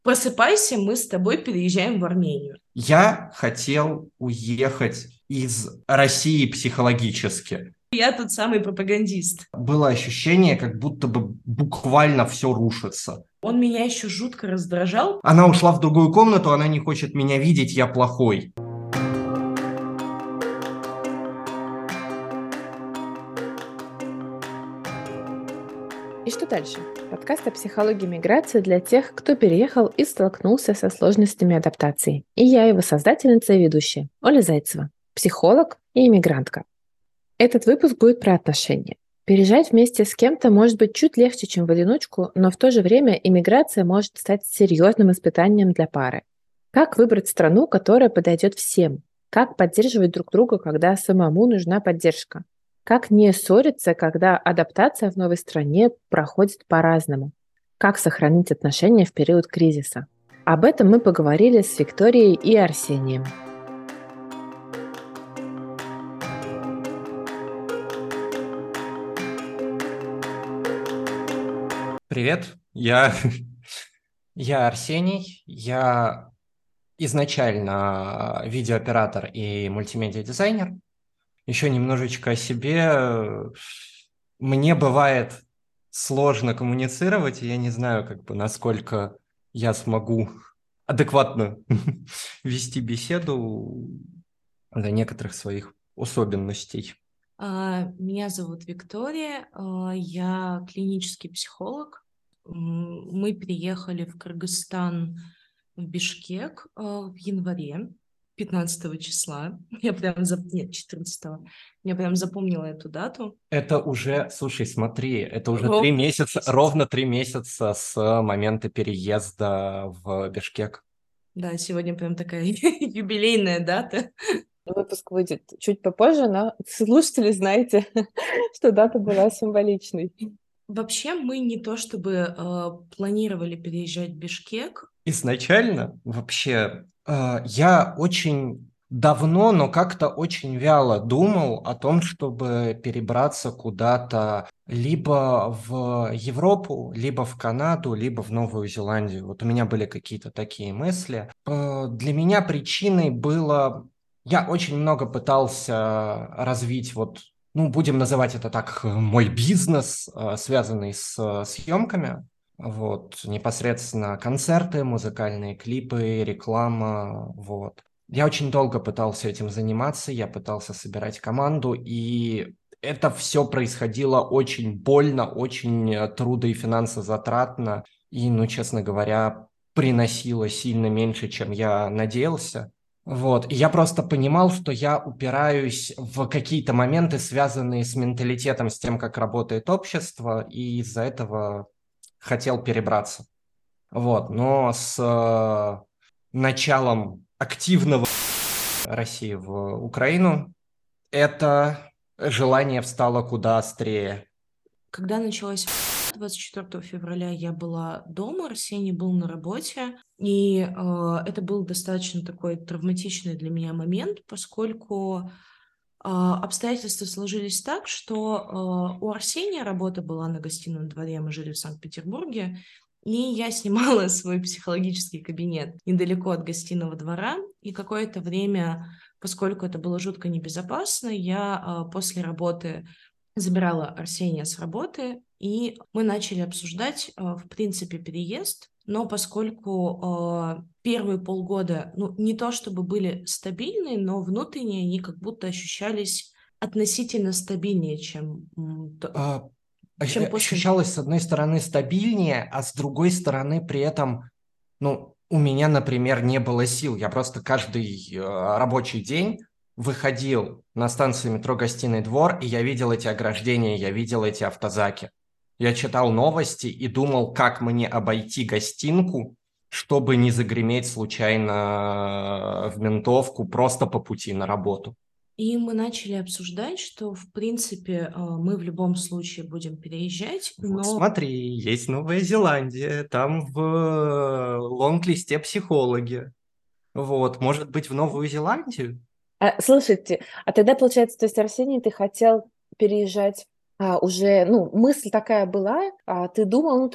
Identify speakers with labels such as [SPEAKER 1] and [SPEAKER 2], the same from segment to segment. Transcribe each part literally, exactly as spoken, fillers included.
[SPEAKER 1] Просыпайся, мы с тобой переезжаем в Армению.
[SPEAKER 2] Я хотел уехать из России психологически.
[SPEAKER 1] Я тот самый пропагандист.
[SPEAKER 2] Было ощущение, как будто бы буквально все рушится.
[SPEAKER 1] Он меня еще жутко раздражал.
[SPEAKER 2] Она ушла в другую комнату, она не хочет меня видеть, я плохой.
[SPEAKER 3] И что дальше? Подкаст о психологии миграции для тех, кто переехал и столкнулся со сложностями адаптации. И я его создательница и ведущая, Оля Зайцева, психолог и иммигрантка. Этот выпуск будет про отношения. Переезжать вместе с кем-то может быть чуть легче, чем в одиночку, но в то же время иммиграция может стать серьезным испытанием для пары. Как выбрать страну, которая подойдет всем? Как поддерживать друг друга, когда самому нужна поддержка? Как не ссориться, когда адаптация в новой стране проходит по-разному? Как сохранить отношения в период кризиса? Об этом мы поговорили с Викторией и Арсением.
[SPEAKER 2] Привет, я, я Арсений, я изначально видеооператор и мультимедиа-дизайнер. Еще немножечко о себе. Мне бывает сложно коммуницировать, и я не знаю, как бы, насколько я смогу адекватно вести беседу за некоторых своих особенностей.
[SPEAKER 1] А, Меня зовут Виктория, а, я клинический психолог. М, Мы приехали в Кыргызстан, в Бишкек, а, в январе, пятнадцатого числа. Я прям зап... Нет, четырнадцатого. Я прям запомнила эту дату.
[SPEAKER 2] Это уже, слушай, смотри, это уже три
[SPEAKER 1] Ровно
[SPEAKER 2] месяца,
[SPEAKER 1] месяц.
[SPEAKER 2] ровно три месяца с момента переезда в Бишкек.
[SPEAKER 1] Да, сегодня прям такая юбилейная дата.
[SPEAKER 3] Выпуск выйдет чуть попозже, но слушатели знаете, что дата была символичной.
[SPEAKER 1] Вообще мы не то чтобы э, планировали переезжать в Бишкек.
[SPEAKER 2] Изначально вообще э, я очень давно, но как-то очень вяло думал о том, чтобы перебраться куда-то либо в Европу, либо в Канаду, либо в Новую Зеландию. Вот у меня были какие-то такие мысли. Э, для меня причиной было... Я очень много пытался развить вот, ну, будем называть это так, мой бизнес, э, связанный с э, съемками. Вот, непосредственно концерты, музыкальные клипы, реклама, вот. Я очень долго пытался этим заниматься, я пытался собирать команду, и это все происходило очень больно, очень э, трудо- и финансозатратно, и, ну, честно говоря, приносило сильно меньше, чем я надеялся. Вот. И я просто понимал, что я упираюсь в какие-то моменты, связанные с менталитетом, с тем, как работает общество, и из-за этого хотел перебраться. Вот. Но с э, началом активного России в Украину это желание встало куда острее.
[SPEAKER 1] Когда началась двадцать четвёртого февраля, я была дома, Арсений был на работе, и э, это был достаточно такой травматичный для меня момент, поскольку э, обстоятельства сложились так, что э, у Арсения работа была на гостином дворе, мы жили в Санкт-Петербурге, и я снимала свой психологический кабинет недалеко от гостиного двора, и какое-то время, поскольку это было жутко небезопасно, я э, после работы забирала Арсения с работы, и мы начали обсуждать, э, в принципе, переезд. Но поскольку э, первые полгода, ну, не то чтобы были стабильные, но внутренне они как будто ощущались относительно стабильнее, чем, м, то-
[SPEAKER 2] А,
[SPEAKER 1] чем
[SPEAKER 2] ощ-
[SPEAKER 1] после...
[SPEAKER 2] ощущалось, с одной стороны, стабильнее, а с другой стороны, при этом, ну, у меня, например, не было сил. Я просто каждый э, рабочий день выходил на станцию метро «Гостиный двор», и я видел эти ограждения, я видел эти автозаки. Я читал новости и думал, как мне обойти гостинку, чтобы не загреметь случайно в ментовку просто по пути на работу.
[SPEAKER 1] И мы начали обсуждать, что, в принципе, э, мы в любом случае будем переезжать,
[SPEAKER 2] Вот
[SPEAKER 1] но
[SPEAKER 2] смотри, есть Новая Зеландия, там в э, лонг-листе психологи. Вот, может быть, в Новую Зеландию?
[SPEAKER 3] А, слушайте, а тогда, получается, то есть, Арсений, ты хотел переезжать а, уже, ну, мысль такая была, а ты думал, ну так,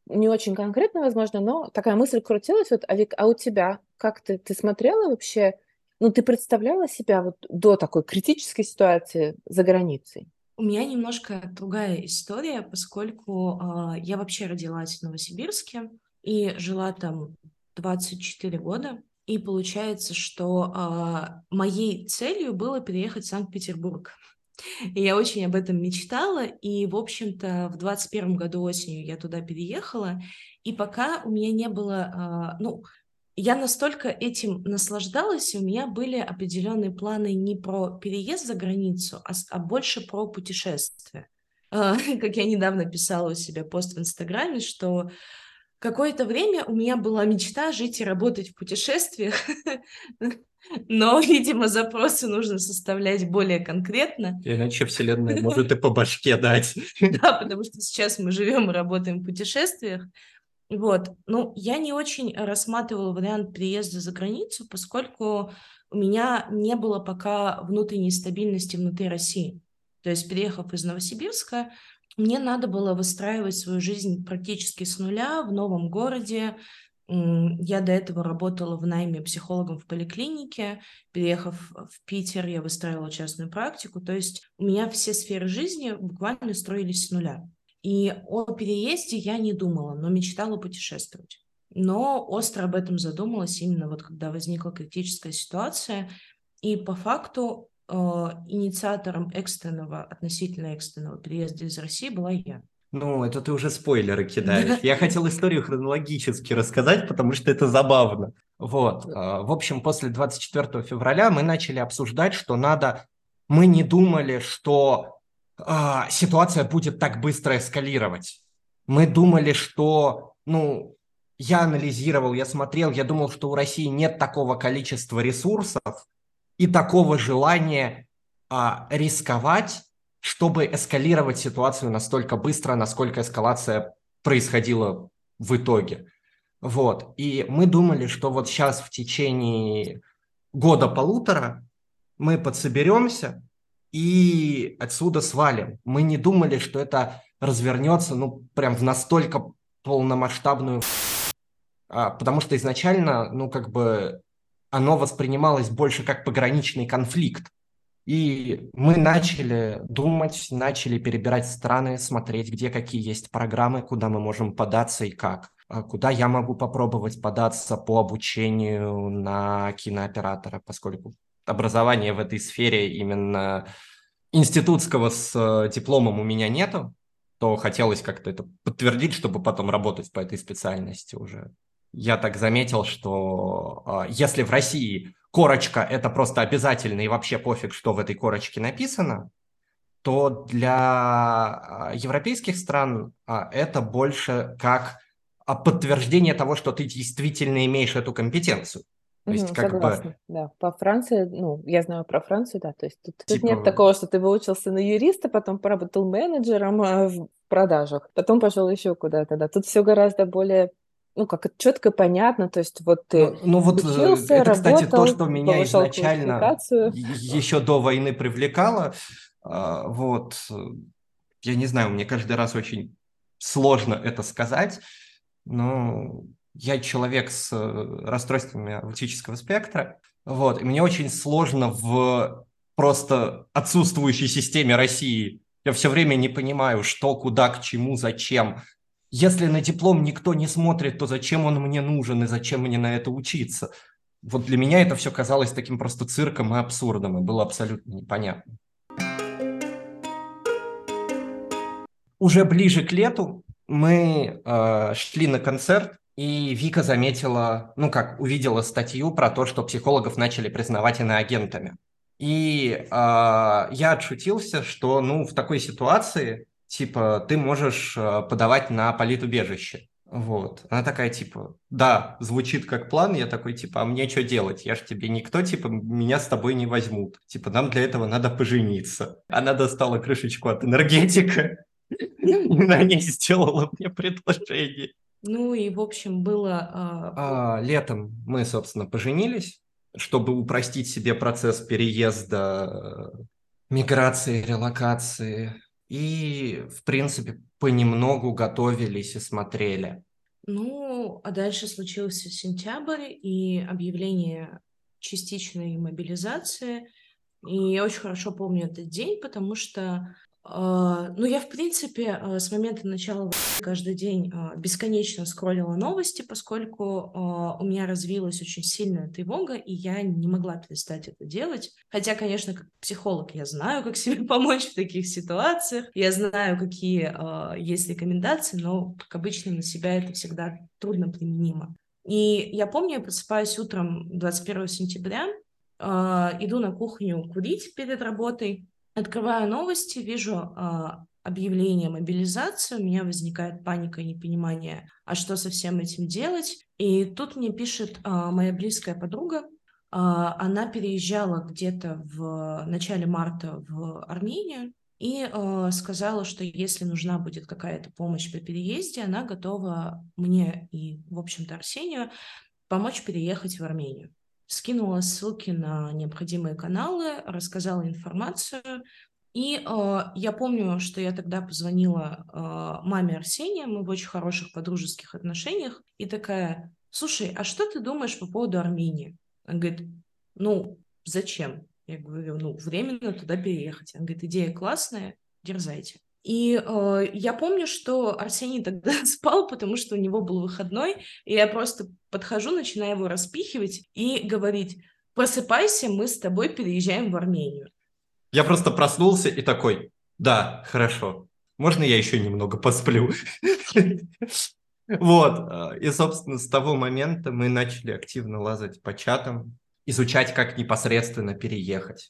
[SPEAKER 3] не очень конкретно, возможно, но такая мысль крутилась. Вот, а, Вик, а у тебя как ты, ты смотрела вообще, ну, ты представляла себя вот до такой критической ситуации за границей?
[SPEAKER 1] У меня немножко другая история, поскольку э, я вообще родилась в Новосибирске и жила там двадцать четыре года. И получается, что э, моей целью было переехать в Санкт-Петербург. И я очень об этом мечтала, и, в общем-то, в двадцать первом году осенью я туда переехала, и пока у меня не было, а, ну, я настолько этим наслаждалась, и у меня были определенные планы не про переезд за границу, а, с- а больше про путешествие. А, Как я недавно писала у себя пост в Инстаграме, что какое-то время у меня была мечта жить и работать в путешествиях, но, видимо, запросы нужно составлять более конкретно.
[SPEAKER 2] Иначе Вселенная может и по башке дать.
[SPEAKER 1] Да, потому что сейчас мы живем и работаем в путешествиях. Вот. Ну, я не очень рассматривала вариант переезда за границу, поскольку у меня не было пока внутренней стабильности внутри России. То есть, переехав из Новосибирска, мне надо было выстраивать свою жизнь практически с нуля в новом городе. М, Я до этого работала в найме психологом в поликлинике. Переехав в Питер, я выстраивала частную практику. То есть у меня все сферы жизни буквально строились с нуля. И о переезде я не думала, но мечтала путешествовать. Но остро об этом задумалась именно вот когда возникла критическая ситуация. И по факту э, инициатором экстренного, относительно экстренного переезда из России была я.
[SPEAKER 2] Ну, это ты уже спойлеры
[SPEAKER 1] Да.
[SPEAKER 2] кидаешь. Я хотел историю хронологически рассказать, потому что это забавно. Вот. а, В общем, после двадцать четвёртого февраля мы начали обсуждать, что надо... Мы не думали, что а, ситуация будет так быстро эскалировать. Мы думали, что... Ну, я анализировал, я смотрел, я думал, что у России нет такого количества ресурсов и такого желания а, рисковать, чтобы эскалировать ситуацию настолько быстро, насколько эскалация происходила в итоге. Вот. И мы думали, что вот сейчас в течение года-полутора мы подсоберемся и отсюда свалим. Мы не думали, что это развернется, ну, прям в настолько полномасштабную... А, потому что изначально, ну, как бы оно воспринималось больше как пограничный конфликт. И мы начали думать, начали перебирать страны, смотреть, где какие есть программы, куда мы можем податься и как. А куда я могу попробовать податься по обучению на кинооператора, поскольку образования в этой сфере именно институтского с э, дипломом у меня нету, то хотелось как-то это подтвердить, чтобы потом работать по этой специальности уже. Я так заметил, что э, если в России корочка – это просто обязательно и вообще пофиг, что в этой корочке написано, то для э, европейских стран э, это больше как а, подтверждение того, что ты действительно имеешь эту компетенцию. То есть
[SPEAKER 3] Мгм,
[SPEAKER 2] как бы
[SPEAKER 3] согласна, да. По Франции, ну, я знаю про Францию, да, то есть тут, тут нет
[SPEAKER 2] типа
[SPEAKER 3] такого, что ты выучился на юриста, потом поработал менеджером а, в продажах, потом пошел еще куда-то, да. Тут все гораздо более, ну, как четко понятно, то есть вот ты
[SPEAKER 2] Ну, ну вот э,
[SPEAKER 3] учился,
[SPEAKER 2] это, кстати, то,
[SPEAKER 3] работал,
[SPEAKER 2] что меня
[SPEAKER 3] повышал
[SPEAKER 2] изначально
[SPEAKER 3] квалификацию.
[SPEAKER 2] е- еще до войны привлекало. А, Вот, э, я не знаю, мне каждый раз очень сложно это сказать, но я человек с э, расстройствами аутического спектра, вот, и мне очень сложно в просто отсутствующей системе России. Я все время не понимаю, что, куда, к чему, зачем. Если на диплом никто не смотрит, то зачем он мне нужен и зачем мне на это учиться? Вот для меня это все казалось таким просто цирком и абсурдом, и было абсолютно непонятно. Уже ближе к лету мы э, шли на концерт, и Вика заметила, ну как, увидела статью про то, что психологов начали признавать иноагентами. И э, я отшутился, что, ну, в такой ситуации, типа, ты можешь э, подавать на политубежище. Вот. Она такая, типа, да, звучит как план. Я такой, типа, а мне что делать? Я ж тебе никто, типа, меня с тобой не возьмут. Типа, нам для этого надо пожениться. Она достала крышечку от энергетика и на ней сделала мне предложение.
[SPEAKER 1] Ну и, в общем, было... а,
[SPEAKER 2] А, летом мы, собственно, поженились, чтобы упростить себе процесс переезда, э, миграции, релокации. и, в принципе, понемногу готовились и смотрели.
[SPEAKER 1] Ну, а дальше случился сентябрь и объявление частичной мобилизации. И я очень хорошо помню этот день, потому что, э, ну, я, в принципе, э, с момента начала войны каждый день э, бесконечно скроллила новости, поскольку э, у меня развилась очень сильная тревога, и я не могла перестать это делать. Хотя, конечно, как психолог я знаю, как себе помочь в таких ситуациях, я знаю, какие э, есть рекомендации, но, как обычно, на себя это всегда трудно применимо. И я помню, я просыпаюсь утром двадцать первого сентября, Uh, иду на кухню курить перед работой, открываю новости, вижу uh, объявление мобилизации, у меня возникает паника и непонимание, а что со всем этим делать. И тут мне пишет uh, моя близкая подруга, uh, она переезжала где-то в начале марта в Армению и uh, сказала, что если нужна будет какая-то помощь при переезде, она готова мне и, в общем-то, Арсению помочь переехать в Армению. Скинула ссылки на необходимые каналы, рассказала информацию. И э, я помню, что я тогда позвонила э, маме Арсения, мы в очень хороших подружеских отношениях, и такая: слушай, а что ты думаешь по поводу Армении? Она говорит: ну, зачем? Я говорю: ну, временно туда переехать. Она говорит: идея классная, дерзайте. И э, я помню, что Арсений тогда спал, потому что у него был выходной, и я просто подхожу, начинаю его распихивать и говорить: просыпайся, мы с тобой переезжаем в Армению.
[SPEAKER 2] Я просто проснулся и такой: да, хорошо, можно я еще немного посплю? Вот, и, собственно, с того момента мы начали активно лазать по чатам, изучать, как непосредственно переехать.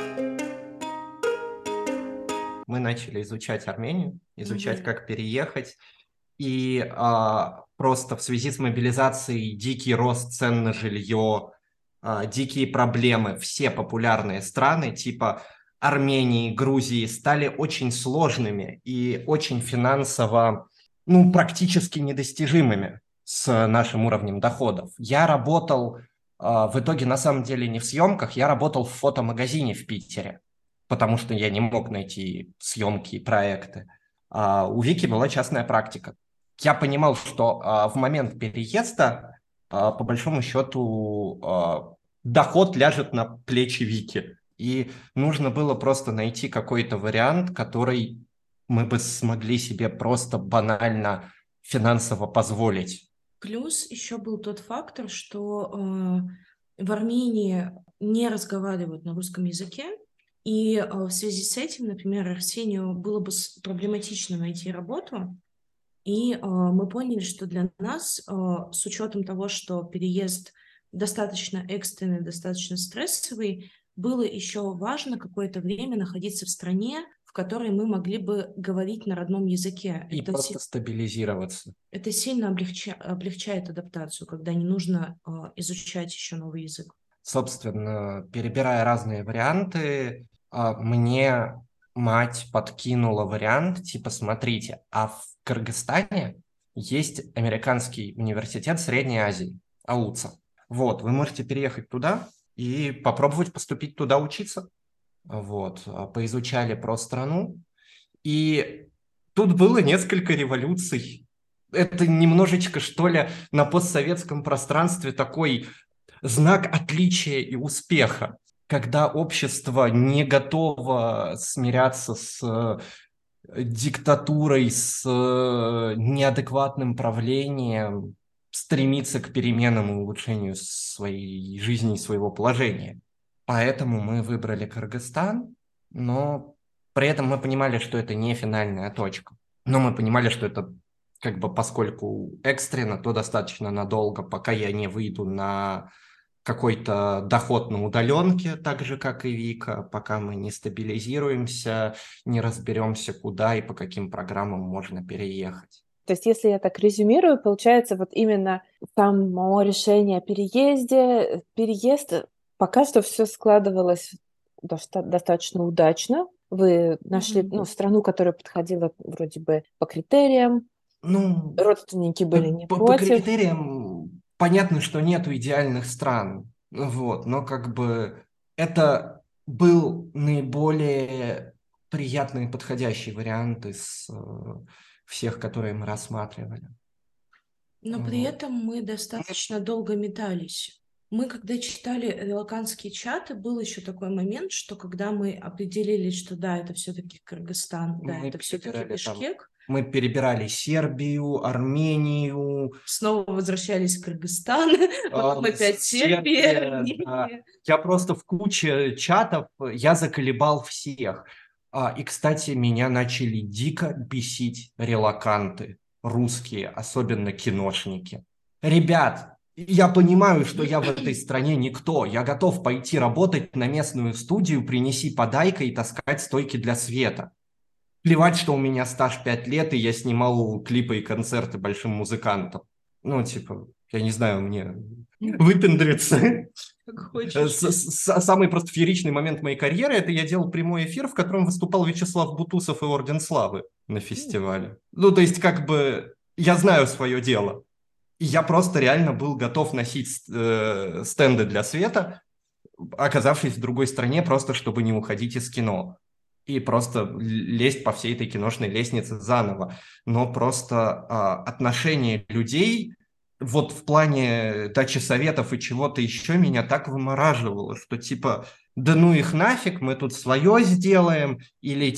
[SPEAKER 2] Мы начали изучать Армению, изучать, mm-hmm. как переехать, и а, просто в связи с мобилизацией дикий рост цен на жилье, а, дикие проблемы, все популярные страны типа Армении, Грузии стали очень сложными и очень финансово, ну, практически недостижимыми с нашим уровнем доходов. Я работал а, в итоге, на самом деле, не в съемках, я работал в фотомагазине в Питере, потому что я не мог найти съемки и проекты. А у Вики была частная практика. Я понимал, что а, в момент переезда, а, по большому счету, а, доход ляжет на плечи Вики. И нужно было просто найти какой-то вариант, который мы бы смогли себе просто банально финансово позволить.
[SPEAKER 1] Плюс еще был тот фактор, что э, в Армении не разговаривают на русском языке, и э, в связи с этим, например, Арсению было бы проблематично найти работу, и э, мы поняли, что для нас, э, с учетом того, что переезд достаточно экстренный, достаточно стрессовый, было еще важно какое-то время находиться в стране, в которой мы могли бы говорить на родном языке.
[SPEAKER 2] И
[SPEAKER 1] это
[SPEAKER 2] просто
[SPEAKER 1] си-
[SPEAKER 2] стабилизироваться.
[SPEAKER 1] Это сильно облегча- облегчает адаптацию, когда не нужно э, изучать еще новый язык.
[SPEAKER 2] Собственно, перебирая разные варианты, э, мне мать подкинула вариант, типа, смотрите, а в Кыргызстане есть американский университет Средней Азии, АУЦА. Вот, вы можете переехать туда и попробовать поступить туда учиться. Вот, поизучали про страну. И тут было несколько революций. Это немножечко, что ли, на постсоветском пространстве такой знак отличия и успеха, когда общество не готово смиряться с диктатурой, с неадекватным правлением, стремится к переменам и улучшению своей жизни и своего положения. Поэтому мы выбрали Кыргызстан, но при этом мы понимали, что это не финальная точка. Но мы понимали, что это, как бы, поскольку экстренно, то достаточно надолго, пока я не выйду на какой-то доход на удаленке, так же, как и Вика, пока мы не стабилизируемся, не разберемся, куда и по каким программам можно переехать.
[SPEAKER 3] То есть, если я так резюмирую, получается, вот именно само решение о переезде, переезд, пока что все складывалось доста- достаточно удачно. Вы нашли
[SPEAKER 1] Мгм.
[SPEAKER 3] ну, страну, которая подходила вроде бы по критериям,
[SPEAKER 2] Ну,
[SPEAKER 3] родственники были не
[SPEAKER 2] по, по
[SPEAKER 3] против.
[SPEAKER 2] критериям понятно, что нету идеальных стран, вот, но как бы это был наиболее приятный и подходящий вариант из э, всех, которые мы рассматривали.
[SPEAKER 1] Но при
[SPEAKER 2] Вот.
[SPEAKER 1] этом мы достаточно долго метались. Мы, когда читали релакантские чаты, был еще такой момент, что когда мы определились, что да, это все-таки Кыргызстан, да,
[SPEAKER 2] Мы
[SPEAKER 1] это все-таки
[SPEAKER 2] перебирали там,
[SPEAKER 1] Бишкек,
[SPEAKER 2] мы перебирали Сербию, Армению,
[SPEAKER 1] снова возвращались в Кыргызстан, потом
[SPEAKER 2] э,
[SPEAKER 1] опять Сербия,
[SPEAKER 2] Сербия, да.
[SPEAKER 1] Армения.
[SPEAKER 2] Я просто в куче чатов, я заколебал всех. А, и, кстати, меня начали дико бесить релаканты русские, особенно киношники. Ребят, я понимаю, что я в этой стране никто. Я готов пойти работать на местную студию, принеси подайка и таскать стойки для света. Плевать, что у меня стаж пять лет, и я снимал клипы и концерты большим музыкантам. Ну, типа, я не знаю, мне выпендриться.
[SPEAKER 1] Как
[SPEAKER 2] С-
[SPEAKER 1] хочешь.
[SPEAKER 2] с- Самый просто фееричный момент моей карьеры – это я делал прямой эфир, в котором выступал Вячеслав Бутусов и Орден Славы на фестивале. Ну, то есть, как бы, я знаю свое дело. И я просто реально был готов носить э, стенды для света, оказавшись в другой стране, просто чтобы не уходить из кино. И просто л- лезть по всей этой киношной лестнице заново. Но просто а, отношение людей вот в плане дачи советов и чего-то еще меня так вымораживало, что типа, да ну их нафиг, мы тут свое сделаем, или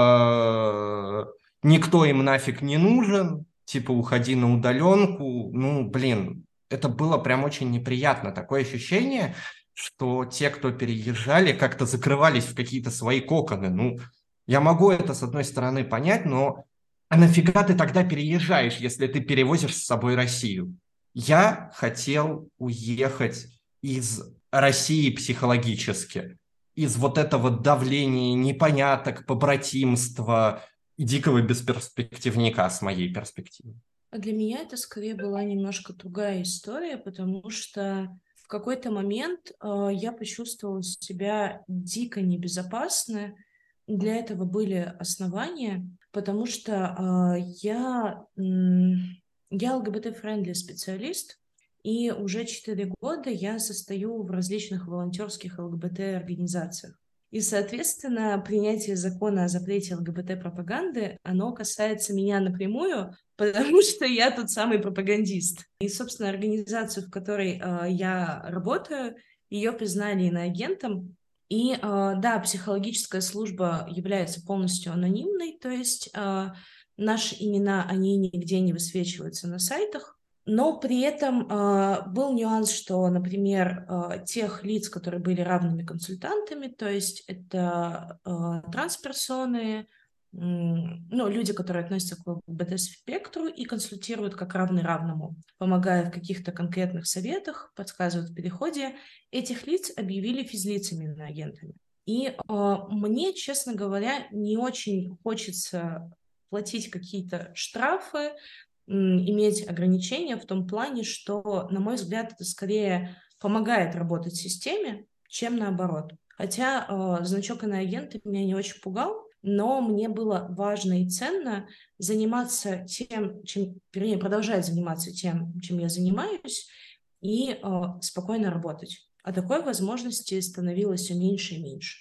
[SPEAKER 2] типа никто им нафиг не нужен, типа уходи на удаленку. Ну, блин, это было прям очень неприятно. Такое ощущение, что те, кто переезжали, как-то закрывались в какие-то свои коконы. Ну, я могу это с одной стороны понять, но а нафига ты тогда переезжаешь, если ты перевозишь с собой Россию? Я хотел уехать из России психологически, из вот этого давления, непоняток, побратимства и дикого бесперспективника с моей перспективы.
[SPEAKER 1] А для меня это скорее была немножко другая история, потому что в какой-то момент э, я почувствовала себя дико небезопасно. Для этого были основания, потому что э, я, м, я ЛГБТ-френдли специалист, и уже четыре года я состою в различных волонтерских ЛГБТ-организациях. И, соответственно, принятие закона о запрете ЛГБТ-пропаганды, оно касается меня напрямую, потому что я тот самый пропагандист. И, собственно, организацию, в которой э, я работаю, ее признали иноагентом. И э, да, психологическая служба является полностью анонимной, то есть э, наши имена, они нигде не высвечиваются на сайтах. Но при этом э, был нюанс, что, например, э, тех лиц, которые были равными консультантами, то есть это э, трансперсоны, м, ну, люди, которые относятся к ЛГБТ-спектру и консультируют как равный равному, помогая в каких-то конкретных советах, подсказывают в переходе, этих лиц объявили физлицами иноагентами. И э, мне, честно говоря, не очень хочется платить какие-то штрафы, иметь ограничения в том плане, что, на мой взгляд, это скорее помогает работать в системе, чем наоборот. Хотя э, значок иноагента меня не очень пугал, но мне было важно и ценно заниматься тем, чем, вернее, продолжать заниматься тем, чем я занимаюсь, и э, спокойно работать. А такой возможности становилось все меньше и меньше.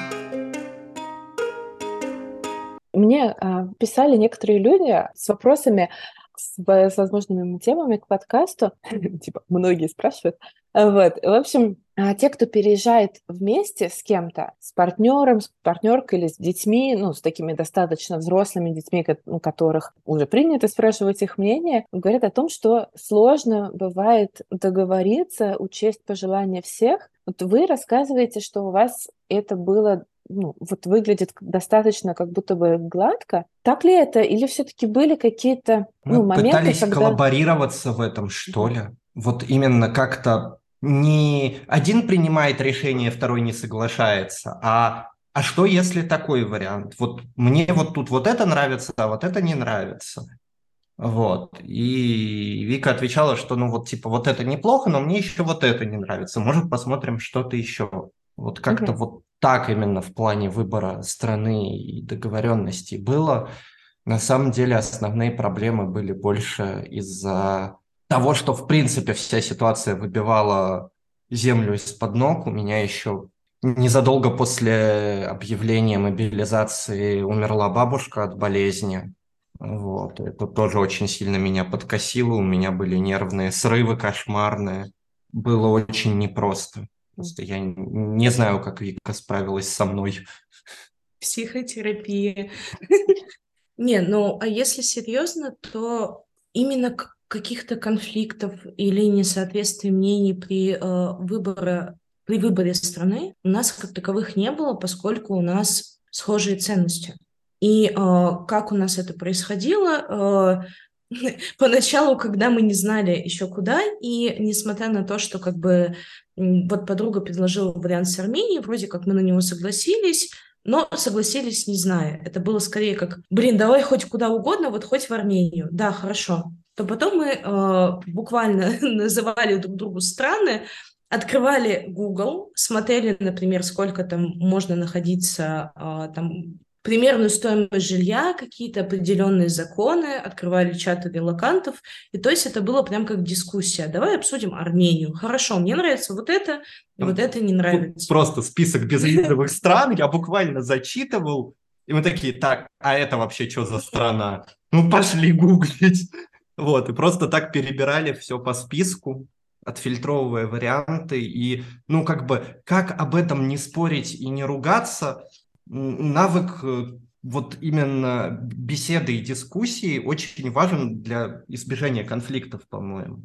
[SPEAKER 3] Мне а, писали некоторые люди с вопросами, с, в- с возможными темами к подкасту. Типа, многие спрашивают. А, Вот. В общем, а, те, кто переезжает вместе с кем-то, с партнером, с партнеркой или с детьми, ну, с такими достаточно взрослыми детьми, ко- у которых уже принято спрашивать их мнение, говорят о том, что сложно бывает договориться, учесть пожелания всех. Вот вы рассказываете, что у вас это было, ну, вот выглядит достаточно как будто бы гладко. Так ли это? Или все-таки были какие-то, ну,
[SPEAKER 2] Мы
[SPEAKER 3] моменты,
[SPEAKER 2] пытались
[SPEAKER 3] когда...
[SPEAKER 2] коллаборироваться в этом, что ли? Вот именно как-то не один принимает решение, второй не соглашается, а а что если такой вариант? Вот мне вот тут вот это нравится, а вот это не нравится. Вот. И Вика отвечала, что ну вот типа вот это неплохо, но мне еще вот это не нравится. Может, посмотрим что-то еще. Вот как-то
[SPEAKER 3] Мгм.
[SPEAKER 2] вот так именно в плане выбора страны и договоренностей было. На самом деле основные проблемы были больше из-за того, что в принципе вся ситуация выбивала землю из-под ног. У меня еще незадолго после объявления мобилизации умерла бабушка от болезни. Вот. Это тоже очень сильно меня подкосило. У меня были нервные срывы кошмарные. Было очень непросто. Просто я не знаю, как Вика справилась со мной.
[SPEAKER 1] Психотерапия. Не, ну, а если серьезно, то именно к- каких-то конфликтов или несоответствий мнений при, э, выборе, при выборе страны у нас как таковых не было, поскольку у нас схожие ценности. И э, как у нас это происходило? э, Поначалу, когда мы не знали еще куда, и несмотря на то, что как бы м, вот подруга предложила вариант с Арменией, вроде как мы на него согласились, но согласились, не зная. Это было скорее как, блин, давай хоть куда угодно, вот хоть в Армению. Да, хорошо. То потом мы э, буквально называли друг другу страны, открывали Google, смотрели, например, сколько там можно находиться, э, там, примерную стоимость жилья, какие-то определенные законы, открывали чаты релокантов. И то есть это было прям как дискуссия. Давай обсудим Армению. Хорошо, мне нравится вот это, вот это не нравится.
[SPEAKER 2] Просто список безвизовых стран я буквально зачитывал, и мы такие, так, а это вообще что за страна? Ну, пошли гуглить. Вот, и просто так перебирали все по списку, отфильтровывая варианты, и, ну, как бы, как об этом не спорить и не ругаться, м, навык э, вот именно беседы и дискуссии очень важен для избежания конфликтов, по-моему.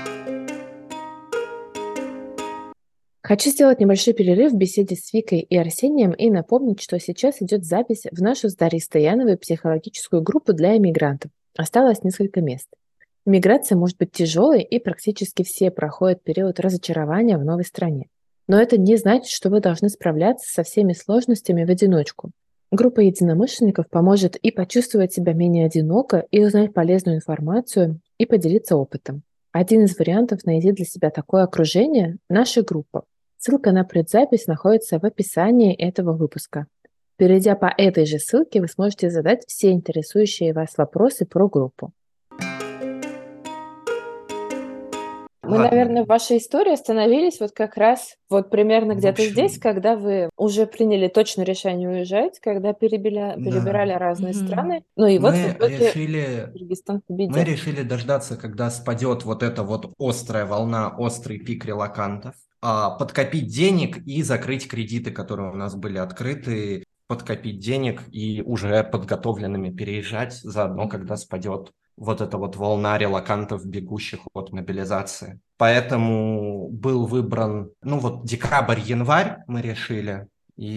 [SPEAKER 3] Хочу сделать небольшой перерыв в беседе с Викой и Арсением и напомнить, что сейчас идет запись в нашу с Дарьей Стояновой психологическую группу для иммигрантов. Осталось несколько мест. Миграция может быть тяжелой, и практически все проходят период разочарования в новой стране. Но это не значит, что вы должны справляться со всеми сложностями в одиночку. Группа единомышленников поможет и почувствовать себя менее одиноко, и узнать полезную информацию, и поделиться опытом. Один из вариантов найти для себя такое окружение – наша группа. Ссылка на предзапись находится в описании этого выпуска. Перейдя по этой же ссылке, вы сможете задать все интересующие вас вопросы про группу. Мы,
[SPEAKER 2] Ладно.
[SPEAKER 3] наверное, в вашей истории остановились вот как раз вот примерно
[SPEAKER 2] В
[SPEAKER 3] где-то
[SPEAKER 2] общем,
[SPEAKER 3] здесь, когда вы уже приняли точное решение уезжать, когда перебили-
[SPEAKER 2] да.
[SPEAKER 3] перебирали разные
[SPEAKER 1] Мгм.
[SPEAKER 3] страны. Ну и вот в
[SPEAKER 2] Мы
[SPEAKER 3] итоге
[SPEAKER 2] решили,
[SPEAKER 3] Кыргызстан
[SPEAKER 2] мы
[SPEAKER 3] победил.
[SPEAKER 2] решили дождаться, когда спадет вот эта вот острая волна, острый пик релокантов, а, подкопить денег и закрыть кредиты, которые у нас были открыты, подкопить денег и уже подготовленными переезжать заодно, когда спадет вот эта вот волна релокантов, бегущих от мобилизации. Поэтому был выбран, ну вот декабрь-январь мы решили.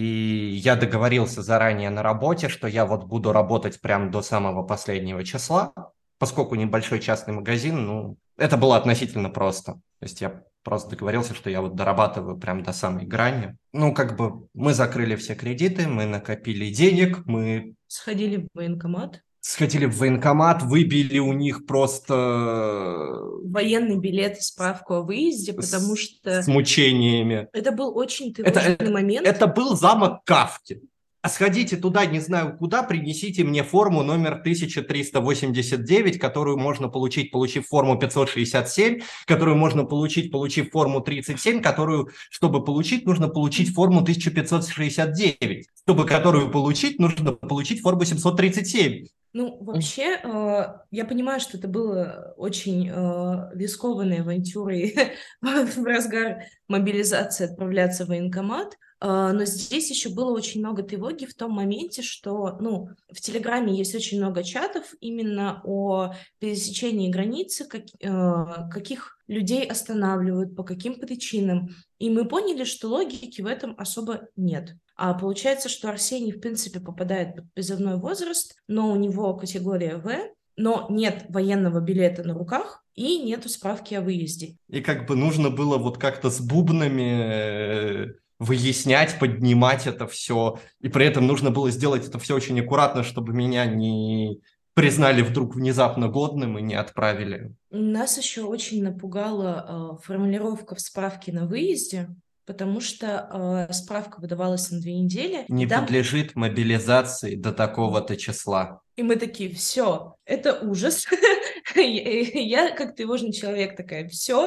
[SPEAKER 2] И я договорился заранее на работе, что я вот буду работать прям до самого последнего числа, поскольку небольшой частный магазин, ну, это было относительно просто. То есть я просто договорился, что я вот дорабатываю прям до самой грани. Ну, как бы мы закрыли все кредиты, мы накопили денег, мы
[SPEAKER 1] Сходили в военкомат.
[SPEAKER 2] сходили в военкомат, выбили у них просто
[SPEAKER 1] Военный билет и справку о выезде, потому
[SPEAKER 2] с,
[SPEAKER 1] что
[SPEAKER 2] с мучениями.
[SPEAKER 1] это был очень
[SPEAKER 2] Это,
[SPEAKER 1] тревожный
[SPEAKER 2] это,
[SPEAKER 1] момент.
[SPEAKER 2] это был замок Кафки. А сходите туда, не знаю куда, принесите мне форму номер тысяча триста восемьдесят девять, которую можно получить, получив форму пятьсот шестьдесят семь, которую можно получить, получив форму тридцать семь, которую, чтобы получить, нужно получить форму тысяча пятьсот шестьдесят девять, чтобы которую получить, нужно получить форму семьсот тридцать семь.
[SPEAKER 1] Ну, вообще, э, я понимаю, что это было очень э, рискованной авантюрой в разгар мобилизации отправляться в военкомат, э, но здесь еще было очень много тревоги в том моменте, что, ну, в Телеграме есть очень много чатов именно о пересечении границы, как, э, каких людей останавливают, по каким причинам. И мы поняли, что логики в этом особо нет. А получается, что Арсений, в принципе, попадает под призывной возраст, но у него категория В, но нет военного билета на руках и нету справки о выезде.
[SPEAKER 2] И как бы нужно было вот как-то с бубнами э, выяснять, поднимать это все. И при этом нужно было сделать это все очень аккуратно, чтобы меня не признали вдруг внезапно годным и не отправили.
[SPEAKER 1] Нас еще очень напугала э, формулировка в справке на выезде, потому что э, справка выдавалась на две недели.
[SPEAKER 2] Не
[SPEAKER 1] и там...
[SPEAKER 2] подлежит мобилизации до такого-то числа.
[SPEAKER 1] И мы такие, все, это ужас. Я, как тревожный человек, такая, все,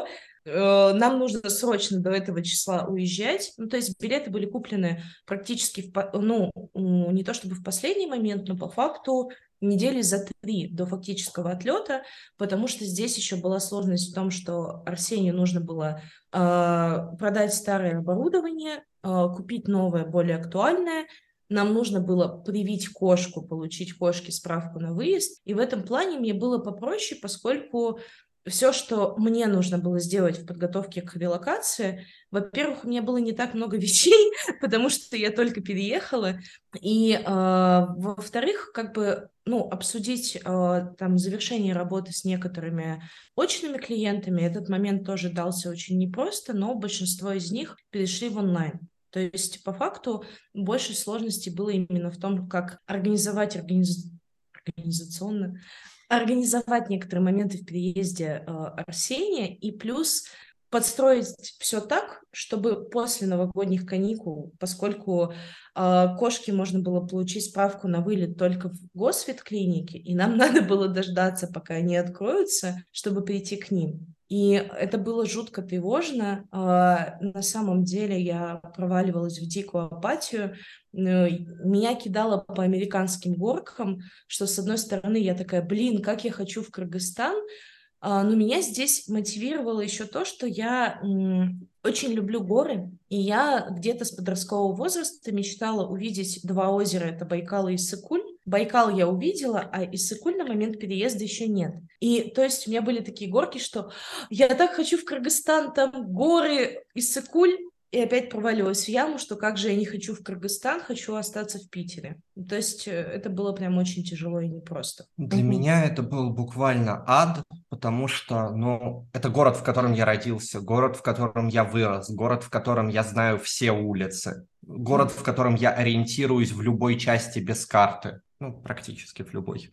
[SPEAKER 1] э, нам нужно срочно до этого числа уезжать. Ну, то есть билеты были куплены практически, в, по- ну, м, не то чтобы в последний момент, но по факту недели за три до фактического отлета, потому что здесь еще была сложность в том, что Арсению нужно было э, продать старое оборудование, э, купить новое, более актуальное. Нам нужно было привить кошку, получить кошке справку на выезд. И в этом плане мне было попроще, поскольку все, что мне нужно было сделать в подготовке к релокации, во-первых, у меня было не так много вещей, потому что я только переехала, и, э, во-вторых, как бы, ну, обсудить э, там завершение работы с некоторыми очными клиентами, этот момент тоже дался очень непросто, но большинство из них перешли в онлайн. То есть, по факту, больше сложностей было именно в том, как организовать организ... организационно организовать некоторые моменты в переезде э, Арсения и плюс подстроить все так, чтобы после новогодних каникул, поскольку э, кошке можно было получить справку на вылет только в госветклинике, и нам надо было дождаться, пока они откроются, чтобы прийти к ним. И это было жутко тревожно. А, На самом деле я проваливалась в дикую апатию. Ну, Меня кидало по американским горкам, что, с одной стороны, я такая, блин, как я хочу в Кыргызстан, а, но меня здесь мотивировало еще то, что я м, очень люблю горы, и я где-то с подросткового возраста мечтала увидеть два озера, это Байкал и Иссык-Куль. Байкал я увидела, а Иссык-Куль на момент переезда еще нет. И то есть у меня были такие горки, что я так хочу в Кыргызстан, там горы, Иссык-Куль, и опять провалилась в яму, что как же я не хочу в Кыргызстан, хочу остаться в Питере. То есть э, это было прям очень тяжело и непросто.
[SPEAKER 2] Для
[SPEAKER 3] Мгм.
[SPEAKER 2] меня это был буквально ад, потому что, ну, это город, в котором я родился, город, в котором я вырос, город, в котором я знаю все улицы, город, в котором я ориентируюсь в любой части без карты, ну, практически в любой.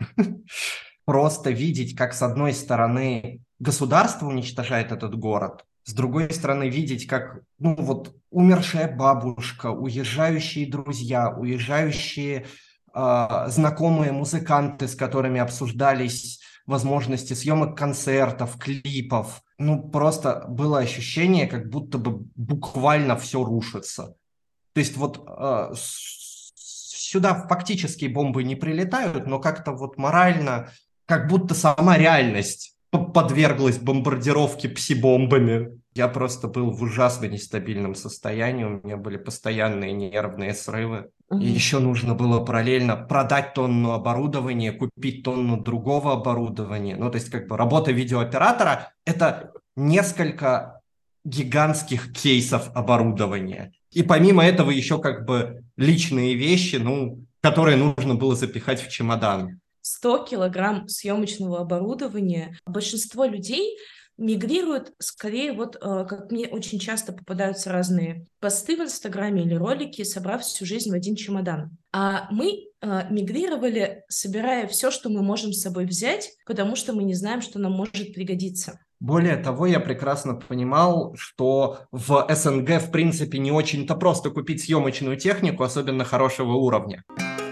[SPEAKER 2] Просто видеть, как с одной стороны государство уничтожает этот город, с другой стороны видеть, как, ну, вот умершая бабушка, уезжающие друзья, уезжающие а, знакомые музыканты, с которыми обсуждались возможности съемок концертов, клипов. Ну, просто было ощущение, как будто бы буквально все рушится. То есть вот а, с- сюда фактически бомбы не прилетают, но как-то вот морально, как будто сама реальность п- подверглась бомбардировке пси-бомбами. Я просто был в ужасно нестабильном состоянии, у меня были постоянные нервные срывы. И
[SPEAKER 3] Мгм.
[SPEAKER 2] еще нужно было параллельно продать тонну оборудования, купить тонну другого оборудования. Ну, то есть как бы работа видеооператора– это несколько гигантских кейсов оборудования. И помимо этого еще как бы личные вещи, ну, которые нужно было запихать в чемодан.
[SPEAKER 1] сто килограмм съемочного оборудования. Большинство людей мигрируют скорее, вот э, как мне очень часто попадаются разные посты в Инстаграме или ролики, собрав всю жизнь в один чемодан. А мы э, мигрировали, собирая все, что мы можем с собой взять, потому что мы не знаем, что нам может пригодиться.
[SPEAKER 2] Более того, я прекрасно понимал, что в СНГ, в принципе, не очень-то просто купить съемочную технику, особенно хорошего уровня.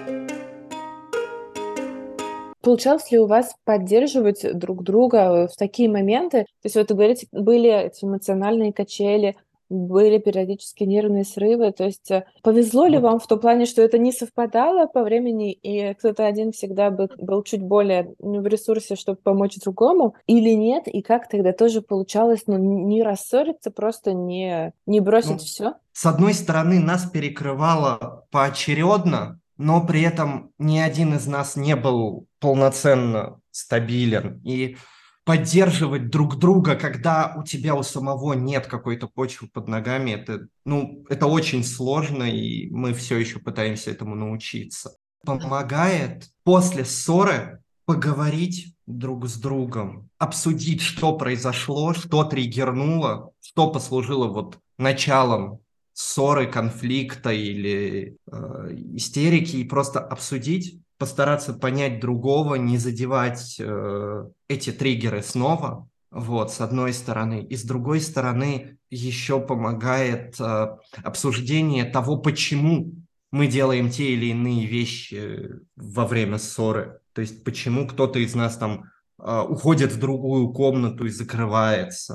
[SPEAKER 3] Получалось ли у вас поддерживать друг друга в такие моменты? То есть вот вы говорите, были эти эмоциональные качели, были периодически нервные срывы. То есть э, повезло ли
[SPEAKER 2] Вот,
[SPEAKER 3] вам в том плане, что это не совпадало по времени, и кто-то один всегда бы- был чуть более ну, в ресурсе, чтобы помочь другому, или нет? И как тогда тоже получалось ну, не рассориться, просто не, не бросить
[SPEAKER 2] ну,
[SPEAKER 3] все?
[SPEAKER 2] с одной стороны, нас перекрывало поочередно, но при этом ни один из нас не был полноценно стабилен. И поддерживать друг друга, когда у тебя у самого нет какой-то почвы под ногами, это, ну, это очень сложно, и мы все еще пытаемся этому научиться. Помогает после ссоры поговорить друг с другом, обсудить, что произошло, что триггернуло, что послужило вот началом ссоры, конфликта или э, истерики, и просто обсудить, постараться понять другого, не задевать э, эти триггеры снова, вот, с одной стороны. И с другой стороны еще помогает э, обсуждение того, почему мы делаем те или иные вещи во время ссоры. То есть почему кто-то из нас там э, уходит в другую комнату и закрывается.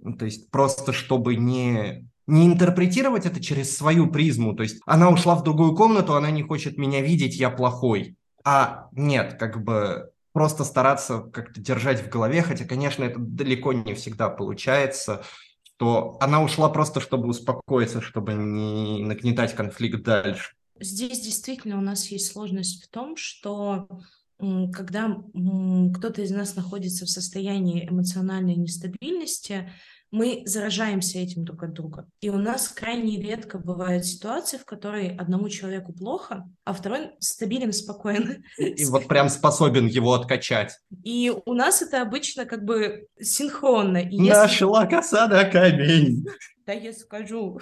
[SPEAKER 2] То есть просто чтобы не, не интерпретировать это через свою призму. То есть она ушла в другую комнату, она не хочет меня видеть, я плохой. А нет, как бы просто стараться как-то держать в голове, хотя, конечно, это далеко не всегда получается, что она ушла просто, чтобы успокоиться, чтобы не нагнетать конфликт дальше.
[SPEAKER 1] Здесь действительно у нас есть сложность в том, что м, когда м, кто-то из нас находится в состоянии эмоциональной нестабильности, мы заражаемся этим друг от друга. И у нас крайне редко бывают ситуации, в которой одному человеку плохо, а второй стабилен, спокоен.
[SPEAKER 2] И, и вот прям способен его откачать.
[SPEAKER 1] И у нас это обычно как бы синхронно. И если...
[SPEAKER 2] Нашла коса на камень.
[SPEAKER 1] Да, я скажу.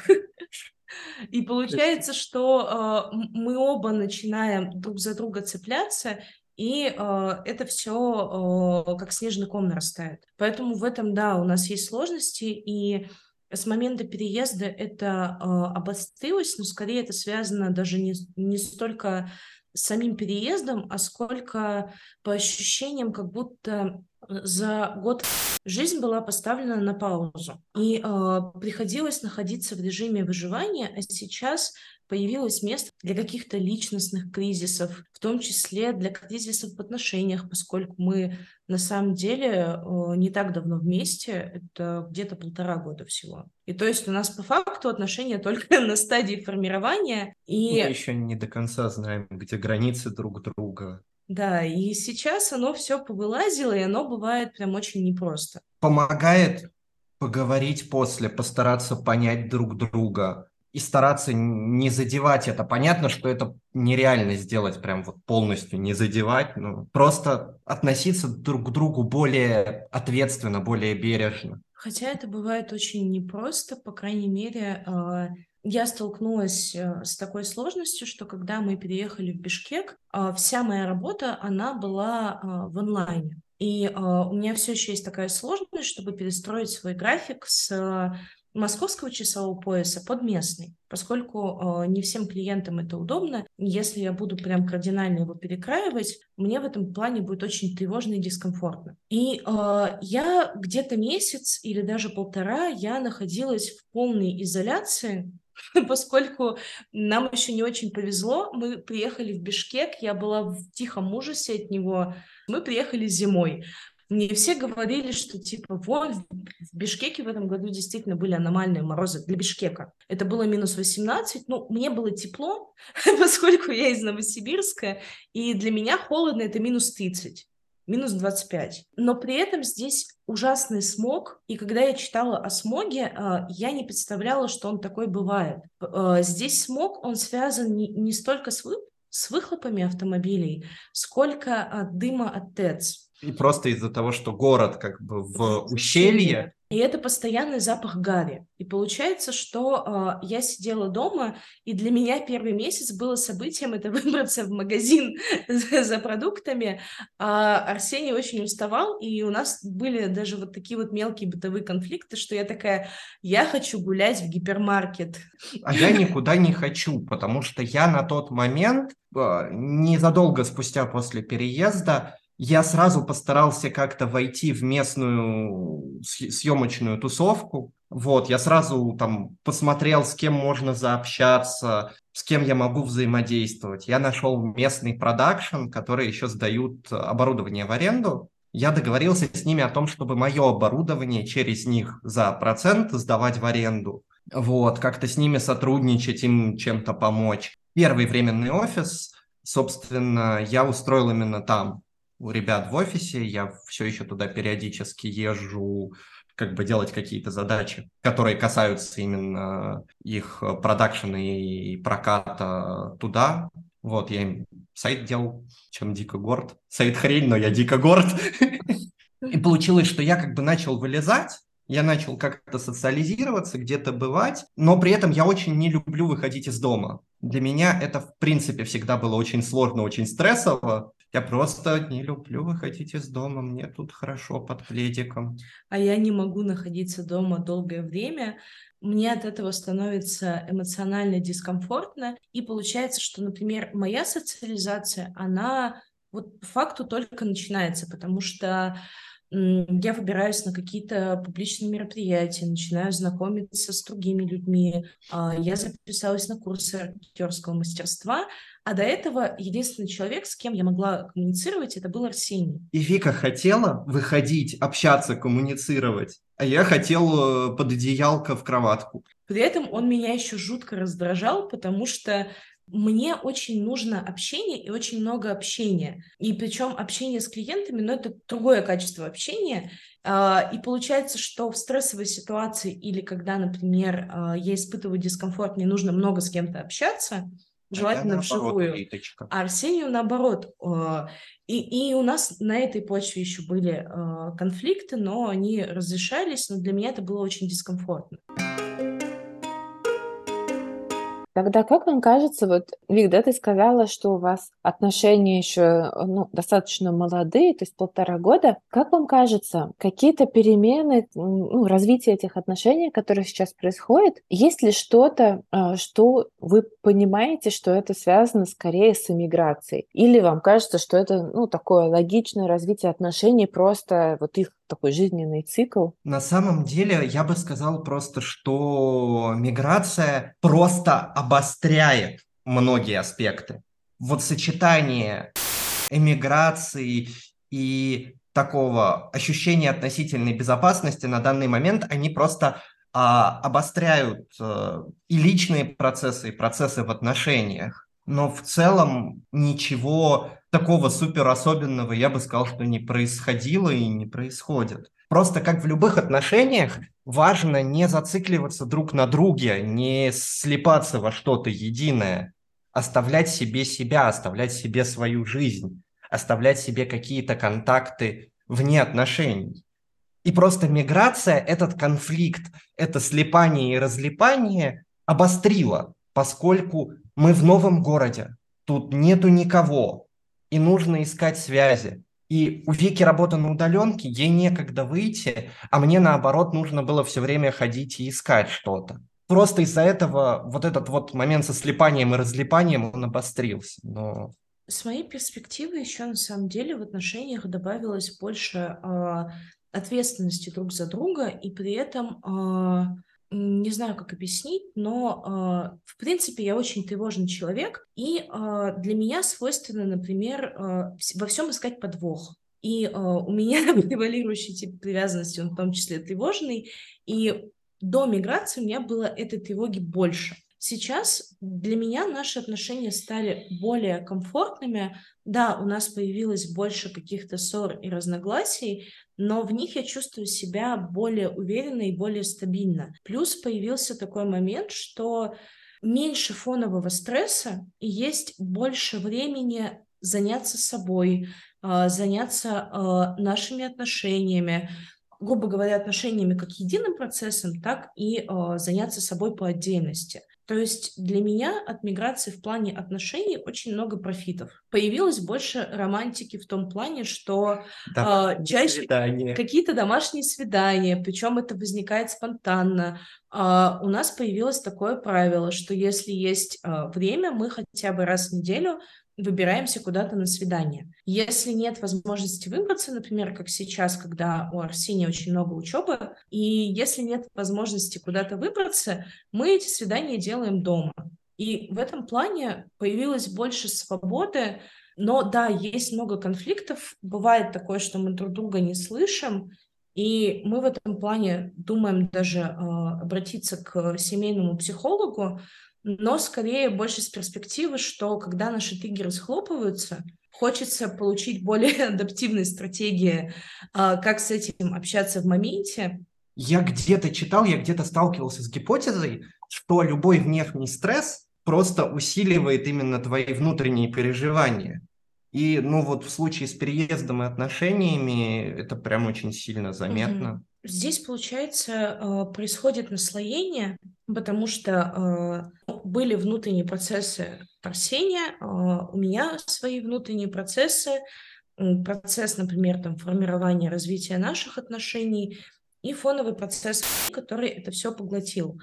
[SPEAKER 1] И получается, что э, мы оба начинаем друг за друга цепляться, и э, это все э, как снежный ком нарастает. Поэтому в этом, да, у нас есть сложности, и с момента переезда это э, обострилось, но скорее это связано даже не, не столько с самим переездом, а сколько по ощущениям, как будто за год жизнь была поставлена на паузу, и э, приходилось находиться в режиме выживания, а сейчас появилось место для каких-то личностных кризисов, в том числе для кризисов в отношениях, поскольку мы на самом деле э, не так давно вместе, это где-то полтора года всего. И то есть у нас по факту отношения только на стадии формирования. И...
[SPEAKER 2] Мы еще не до конца знаем, где границы друг друга.
[SPEAKER 1] Да, и сейчас оно все повылазило, и оно бывает прям очень непросто.
[SPEAKER 2] Помогает поговорить после, постараться понять друг друга и стараться не задевать это. Понятно, что это нереально сделать, прям вот полностью не задевать, но просто относиться друг к другу более ответственно, более бережно.
[SPEAKER 1] Хотя это бывает очень непросто, по крайней мере, э, я столкнулась э, с такой сложностью, что когда мы переехали в Бишкек, э, вся моя работа, она была э, в онлайне. И э, у меня все еще есть такая сложность, чтобы перестроить свой график с э, московского часового пояса под местный, поскольку э, не всем клиентам это удобно. Если я буду прям кардинально его перекраивать, мне в этом плане будет очень тревожно и дискомфортно. И э, я где-то месяц или даже полтора я находилась в полной изоляции, поскольку нам еще не очень повезло. Мы приехали в Бишкек, я была в тихом ужасе от него. Мы приехали зимой. Мне все говорили, что типа вот в Бишкеке в этом году действительно были аномальные морозы для Бишкека. Это было минус восемнадцать, ну, мне было тепло, поскольку я из Новосибирска, и для меня холодно это минус тридцать. Минус двадцать пять. Но при этом здесь ужасный смог, и когда я читала о смоге, я не представляла, что он такой бывает. Здесь смог, он связан не, не столько с, вы, с выхлопами автомобилей, сколько от дыма от ТЭЦ.
[SPEAKER 2] И просто из-за того, что город как бы в ущелье.
[SPEAKER 1] И это постоянный запах гари. И получается, что э, я сидела дома, и для меня первый месяц было событием это выбраться в магазин за, за продуктами. А Арсений очень уставал, и у нас были даже вот такие вот мелкие бытовые конфликты, что я такая, я хочу гулять в гипермаркет.
[SPEAKER 2] А я никуда не хочу, потому что я на тот момент, э, незадолго спустя после переезда, я сразу постарался как-то войти в местную съемочную тусовку. Вот, я сразу там посмотрел, с кем можно заобщаться, с кем я могу взаимодействовать. Я нашел местный продакшн, который еще сдают оборудование в аренду. Я договорился с ними о том, чтобы мое оборудование через них за процент сдавать в аренду. Вот, как-то с ними сотрудничать, им чем-то помочь. Первый временный офис, собственно, я устроил именно там. У ребят в офисе, я все еще туда периодически езжу, как бы делать какие-то задачи, которые касаются именно их продакшена и проката туда. Вот, я им сайт делал, чем дико горд. Сайт хрень, но я дико горд. И получилось, что я как бы начал вылезать, я начал как-то социализироваться, где-то бывать, но при этом я очень не люблю выходить из дома. Для меня это, в принципе, всегда было очень сложно, очень стрессово. Я просто не люблю выходить из дома, мне тут хорошо под пледиком.
[SPEAKER 1] А я не могу находиться дома долгое время. Мне от этого становится эмоционально дискомфортно. И получается, что, например, моя социализация, она вот по факту только начинается, потому что я выбираюсь на какие-то публичные мероприятия, начинаю знакомиться с другими людьми. Я записалась на курсы актерского мастерства, а до этого единственный человек, с кем я могла коммуницировать, это был Арсений.
[SPEAKER 2] И Вика хотела выходить, общаться, коммуницировать, а я хотел под одеялко в кроватку.
[SPEAKER 1] При этом он меня еще жутко раздражал, потому что мне очень нужно общение и очень много общения. И причем общение с клиентами, но это другое качество общения. И получается, что в стрессовой ситуации или когда, например, я испытываю дискомфорт, мне нужно много с кем-то общаться, желательно
[SPEAKER 2] а вживую.
[SPEAKER 1] Наоборот, а Арсению наоборот. И, и у нас на этой почве еще были конфликты, но они разрешались, но для меня это было очень дискомфортно.
[SPEAKER 3] Тогда как вам кажется, вот, Вик, да, ты сказала, что у вас отношения еще ну, достаточно молодые, то есть полтора года. Как вам кажется, какие-то перемены, ну, развитие этих отношений, которые сейчас происходит, есть ли что-то, что вы понимаете, что это связано скорее с эмиграцией? Или вам кажется, что это ну, такое логичное развитие отношений, просто вот их такой жизненный цикл?
[SPEAKER 2] На самом деле, я бы сказал просто, что миграция просто обостряет многие аспекты. Вот сочетание эмиграции и такого ощущения относительной безопасности на данный момент, они просто а, обостряют а, и личные процессы, и процессы в отношениях. Но в целом ничего такого супер особенного, я бы сказал, что не происходило и не происходит. Просто как в любых отношениях, важно не зацикливаться друг на друге, не слипаться во что-то единое, оставлять себе себя, оставлять себе свою жизнь, оставлять себе какие-то контакты вне отношений. И просто миграция, этот конфликт, это слипание и разлипание обострила, поскольку мы в новом городе, тут нету никого, и нужно искать связи. И у Вики работа на удаленке, ей некогда выйти, а мне, наоборот, нужно было все время ходить и искать что-то. Просто из-за этого вот этот вот момент со слипанием и разлипанием, он обострился. Но...
[SPEAKER 1] С моей перспективы еще на самом деле в отношениях добавилось больше э, ответственности друг за друга, и при этом... Э, не знаю, как объяснить, но, э, в принципе, я очень тревожный человек, и э, для меня свойственно, например, э, во всем искать подвох. И э, у меня превалирующий тип привязанности, он в том числе тревожный, и до миграции у меня было этой тревоги больше. Сейчас для меня наши отношения стали более комфортными. Да, у нас появилось больше каких-то ссор и разногласий, но в них я чувствую себя более уверенно и более стабильно. Плюс появился такой момент, что меньше фонового стресса и есть больше времени заняться собой, заняться нашими отношениями, грубо говоря, отношениями как единым процессом, так и заняться собой по отдельности. То есть для меня от миграции в плане отношений очень много профитов. Появилось больше романтики в том плане, что э, чаще
[SPEAKER 2] свидания.
[SPEAKER 1] какие-то домашние свидания, причем это возникает спонтанно. Э, у нас появилось такое правило, что если есть э, время, мы хотя бы раз в неделю выбираемся куда-то на свидание. Если нет возможности выбраться, например, как сейчас, когда у Арсения очень много учебы, и если нет возможности куда-то выбраться, мы эти свидания делаем дома. И в этом плане появилось больше свободы, но да, есть много конфликтов. Бывает такое, что мы друг друга не слышим, и мы в этом плане думаем даже э, обратиться к семейному психологу, но скорее больше с перспективы, что когда наши триггеры схлопываются, хочется получить более адаптивные стратегии, как с этим общаться в моменте.
[SPEAKER 2] Я где-то читал, я где-то сталкивался с гипотезой, что любой внешний стресс просто усиливает именно твои внутренние переживания. И, ну, вот в случае с переездом и отношениями это прям очень сильно заметно.
[SPEAKER 1] Здесь, получается, происходит наслоение, потому что были внутренние процессы Арсения, у меня свои внутренние процессы, процесс, например, там, формирования, развития наших отношений и фоновый процесс, который это все поглотил.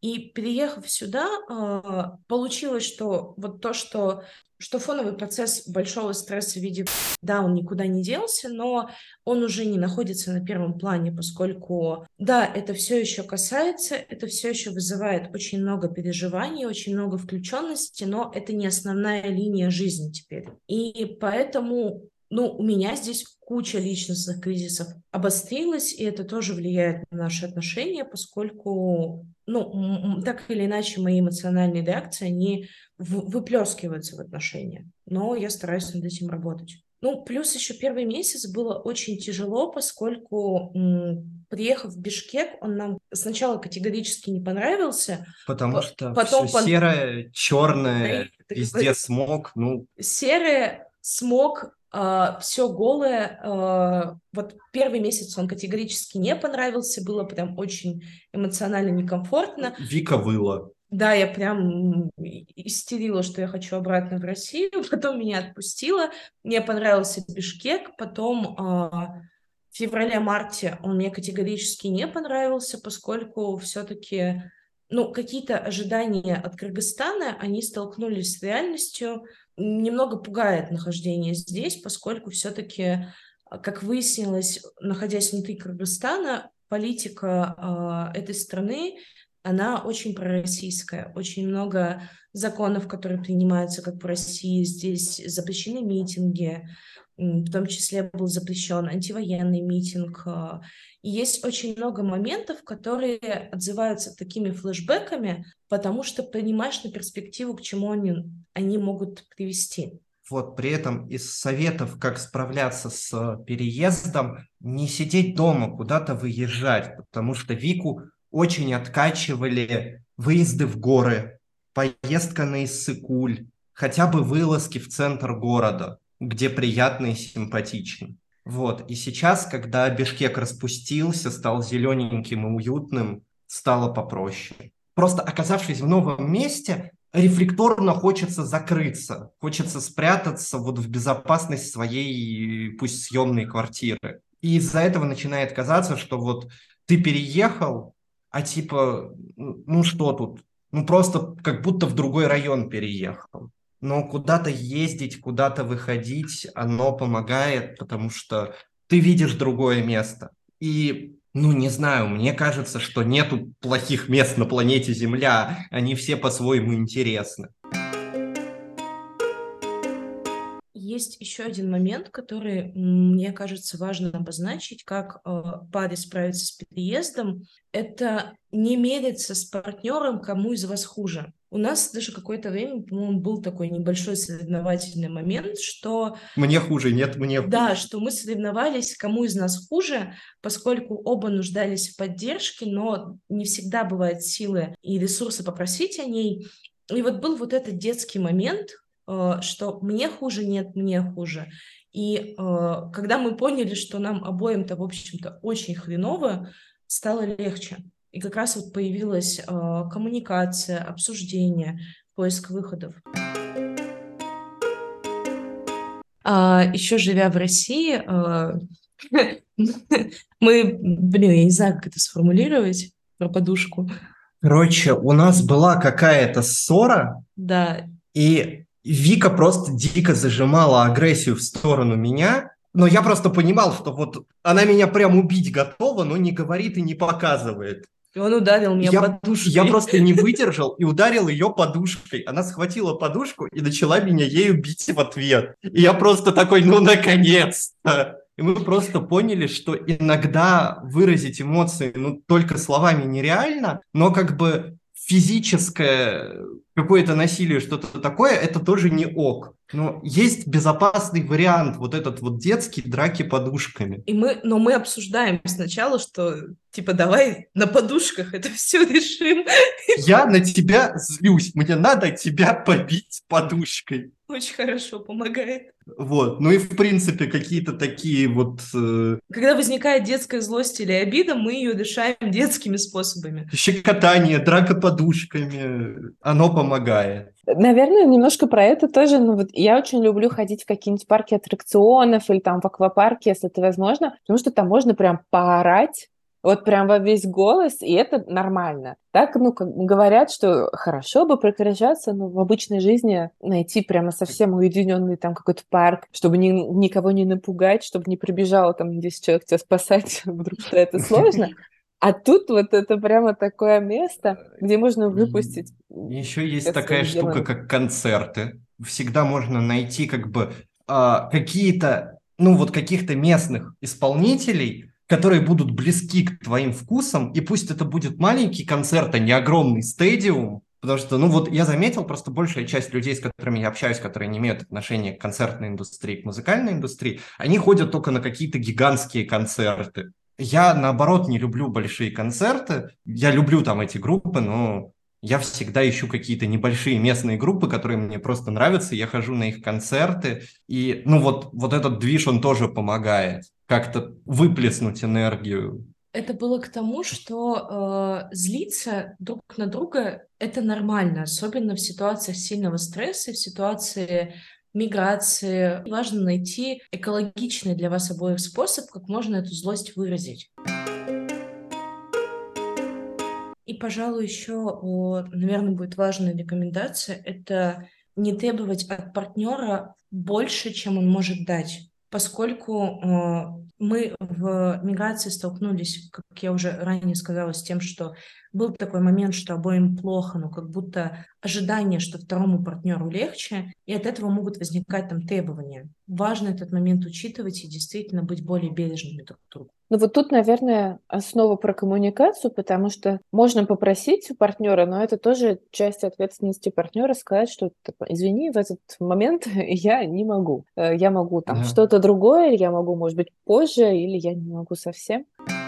[SPEAKER 1] И переехав сюда, а, получилось, что вот то, что, что фоновый процесс большого стресса в виде, да, он никуда не делся, но он уже не находится на первом плане, поскольку, да, это все еще касается, это все еще вызывает очень много переживаний, очень много включенности, но это не основная линия жизни теперь. И поэтому, ну, у меня здесь куча личностных кризисов обострилась, и это тоже влияет на наши отношения, поскольку, ну, так или иначе, мои эмоциональные реакции, они в- выплескиваются в отношения. Но я стараюсь над этим работать. Ну, плюс еще первый месяц было очень тяжело, поскольку, м, приехав в Бишкек, он нам сначала категорически не понравился,
[SPEAKER 2] Потому
[SPEAKER 1] по-
[SPEAKER 2] что все
[SPEAKER 1] потом пон-
[SPEAKER 2] серое, черное, везде
[SPEAKER 1] договорить.
[SPEAKER 2] смог. Ну,
[SPEAKER 1] Серое, смог, все голое. а, Вот первый месяц он категорически не понравился, было прям очень эмоционально некомфортно.
[SPEAKER 2] Вика выла.
[SPEAKER 1] Да, я прям истерила, что я хочу обратно в Россию, потом меня отпустила, мне понравился Бишкек, потом а, в феврале-марте он мне категорически не понравился, поскольку все-таки, ну, какие-то ожидания от Кыргызстана, они столкнулись с реальностью. Немного пугает нахождение здесь, поскольку все-таки, как выяснилось, находясь внутри Кыргызстана, политика а, этой страны, она очень пророссийская. Очень много законов, которые принимаются как в России. Здесь запрещены митинги, м, в том числе был запрещен антивоенный митинг. а, И есть очень много моментов, которые отзываются такими флешбэками, потому что понимаешь на перспективу, к чему они, они могут привести.
[SPEAKER 2] Вот при этом из советов, как справляться с переездом, не сидеть дома, куда-то выезжать, потому что Вику очень откачивали выезды в горы, поездка на Иссык-Куль, хотя бы вылазки в центр города, где приятно и симпатично. Вот, и сейчас, когда Бишкек распустился, стал зелененьким и уютным, стало попроще. Просто оказавшись в новом месте, рефлекторно хочется закрыться, хочется спрятаться вот в безопасность своей, пусть съемной квартиры. И из-за этого начинает казаться, что вот ты переехал, а типа, ну что тут? Ну просто как будто в другой район переехал. Но куда-то ездить, куда-то выходить, оно помогает, потому что ты видишь другое место. И ну, не знаю, мне кажется, что нету плохих мест на планете Земля, они все по-своему интересны.
[SPEAKER 1] Есть еще один момент, который, м, мне кажется, важно обозначить, как э, паре справиться с переездом. Это не мериться с партнером, кому из вас хуже. У нас даже какое-то время, по-моему, был такой небольшой соревновательный момент, что
[SPEAKER 2] Мне хуже, нет, мне хуже.
[SPEAKER 1] да, что мы соревновались, кому из нас хуже, поскольку оба нуждались в поддержке, но не всегда бывает силы и ресурсы попросить о ней. И вот был вот этот детский момент, э, что мне хуже, нет, мне хуже. И э, когда мы поняли, что нам обоим-то, в общем-то, очень хреново, стало легче. И как раз вот появилась э, коммуникация, обсуждение, поиск выходов. А, еще живя в России, а, мы, блин, я не знаю, как это сформулировать про подушку.
[SPEAKER 2] Короче, у нас была какая-то ссора,
[SPEAKER 1] Да,
[SPEAKER 2] и Вика просто дико зажимала агрессию в сторону меня, но я просто понимал, что вот она меня прям убить готова, но не говорит и не показывает.
[SPEAKER 1] и он ударил меня
[SPEAKER 2] Я,
[SPEAKER 1] подушкой.
[SPEAKER 2] я просто не выдержал и ударил ее подушкой. Она схватила подушку и начала меня ею бить в ответ. И я просто такой, ну, наконец-то! И мы просто поняли, что иногда выразить эмоции, ну, только словами нереально, но как бы физическое какое-то насилие, что-то такое, это тоже не ок. Но есть безопасный вариант, вот этот вот детский драки подушками.
[SPEAKER 1] И мы, но мы обсуждаем сначала, что типа давай на подушках это все решим.
[SPEAKER 2] Я на тебя злюсь, мне надо тебя побить подушкой.
[SPEAKER 1] Очень хорошо помогает.
[SPEAKER 2] Вот, ну и в принципе какие-то такие вот... Э...
[SPEAKER 1] Когда возникает детская злость или обида, мы ее решаем детскими способами.
[SPEAKER 2] Щекотание, драка подушками, оно помогает.
[SPEAKER 3] Наверное, немножко про это тоже. Ну, вот я очень люблю ходить в какие-нибудь парки аттракционов или там в аквапарке, если это возможно, потому что там можно прям поорать Вот прям во весь голос, и это нормально. Так, ну, как говорят, что хорошо бы прекращаться, но в обычной жизни найти прямо совсем уединенный там какой-то парк, чтобы ни, никого не напугать, чтобы не прибежало там десять человек тебя спасать, вдруг что это сложно. А тут вот это прямо такое место, где можно выпустить
[SPEAKER 2] Еще есть
[SPEAKER 3] всех
[SPEAKER 2] такая
[SPEAKER 3] своих
[SPEAKER 2] штука,
[SPEAKER 3] демонов.
[SPEAKER 2] как концерты. Всегда можно найти как бы а, какие-то, ну вот каких-то местных исполнителей, которые будут близки к твоим вкусам, и пусть это будет маленький концерт, а не огромный стадиум, потому что, ну вот я заметил, просто большая часть людей, с которыми я общаюсь, которые не имеют отношения к концертной индустрии, к музыкальной индустрии, они ходят только на какие-то гигантские концерты. Я, наоборот, не люблю большие концерты. Я люблю там эти группы, но я всегда ищу какие-то небольшие местные группы, которые мне просто нравятся. Я хожу на их концерты. И, ну, вот, вот этот движ, он тоже помогает как-то выплеснуть энергию.
[SPEAKER 1] Это было к тому, что э, злиться друг на друга — это нормально, особенно в ситуациях сильного стресса, в ситуации миграции. Важно найти экологичный для вас обоих способ, как можно эту злость выразить. И, пожалуй, еще, наверное, будет важная рекомендация — это не требовать от партнера больше, чем он может дать. Поскольку э, мы в миграции столкнулись, как я уже ранее сказала, с тем, что был такой момент, что обоим плохо, но как будто ожидание, что второму партнеру легче, и от этого могут возникать там требования. Важно этот момент учитывать и действительно быть более бережными друг к другу.
[SPEAKER 3] Ну вот тут, наверное, основа про коммуникацию, потому что можно попросить у партнера, но это тоже часть ответственности партнера сказать, что извини, в этот момент я не могу. Я могу там
[SPEAKER 2] Да.
[SPEAKER 3] что-то другое, я могу, может быть, позже, или я не могу совсем.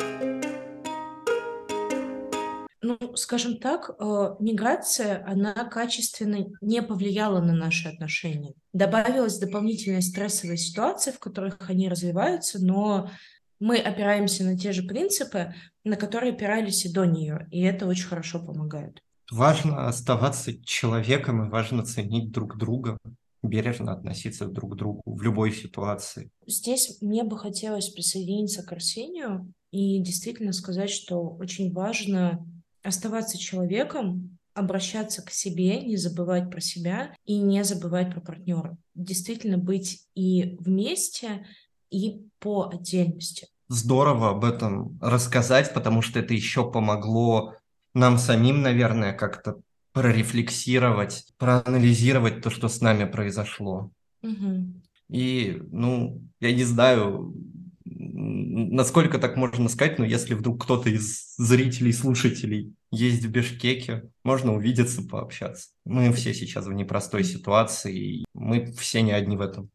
[SPEAKER 1] Ну, скажем так, э, миграция, она качественно не повлияла на наши отношения. Добавилась дополнительная стрессовая ситуация, в которых они развиваются, но мы опираемся на те же принципы, на которые опирались и до нее, и это очень хорошо помогает.
[SPEAKER 2] Важно оставаться человеком и важно ценить друг друга, бережно относиться друг к другу в любой ситуации.
[SPEAKER 1] Здесь мне бы хотелось присоединиться к Арсению и действительно сказать, что очень важно оставаться человеком, обращаться к себе, не забывать про себя и не забывать про партнера. Действительно быть и вместе, и по отдельности.
[SPEAKER 2] Здорово об этом рассказать, потому что это еще помогло нам самим, наверное, как-то прорефлексировать, проанализировать то, что с нами произошло.
[SPEAKER 1] Угу.
[SPEAKER 2] И, ну, я не знаю, насколько так можно сказать, но если вдруг кто-то из зрителей, слушателей есть в Бишкеке, можно увидеться, пообщаться. Мы все сейчас в непростой ситуации, и мы все не одни в этом.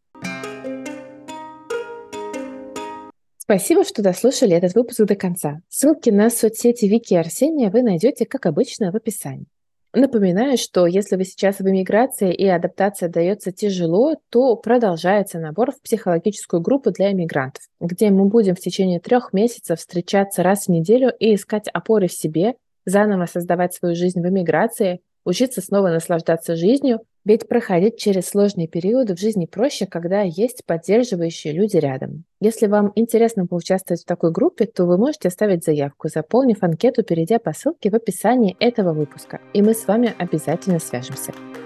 [SPEAKER 3] Спасибо, что дослушали этот выпуск до конца. Ссылки на соцсети Вики и Арсения вы найдете, как обычно, в описании. Напоминаю, что если вы сейчас в эмиграции и адаптация дается тяжело, то продолжается набор в психологическую группу для эмигрантов, где мы будем в течение трех месяцев встречаться раз в неделю и искать опоры в себе, заново создавать свою жизнь в эмиграции, учиться снова наслаждаться жизнью, ведь проходить через сложные периоды в жизни проще, когда есть поддерживающие люди рядом. Если вам интересно поучаствовать в такой группе, то вы можете оставить заявку, заполнив анкету, перейдя по ссылке в описании этого выпуска, и мы с вами обязательно свяжемся.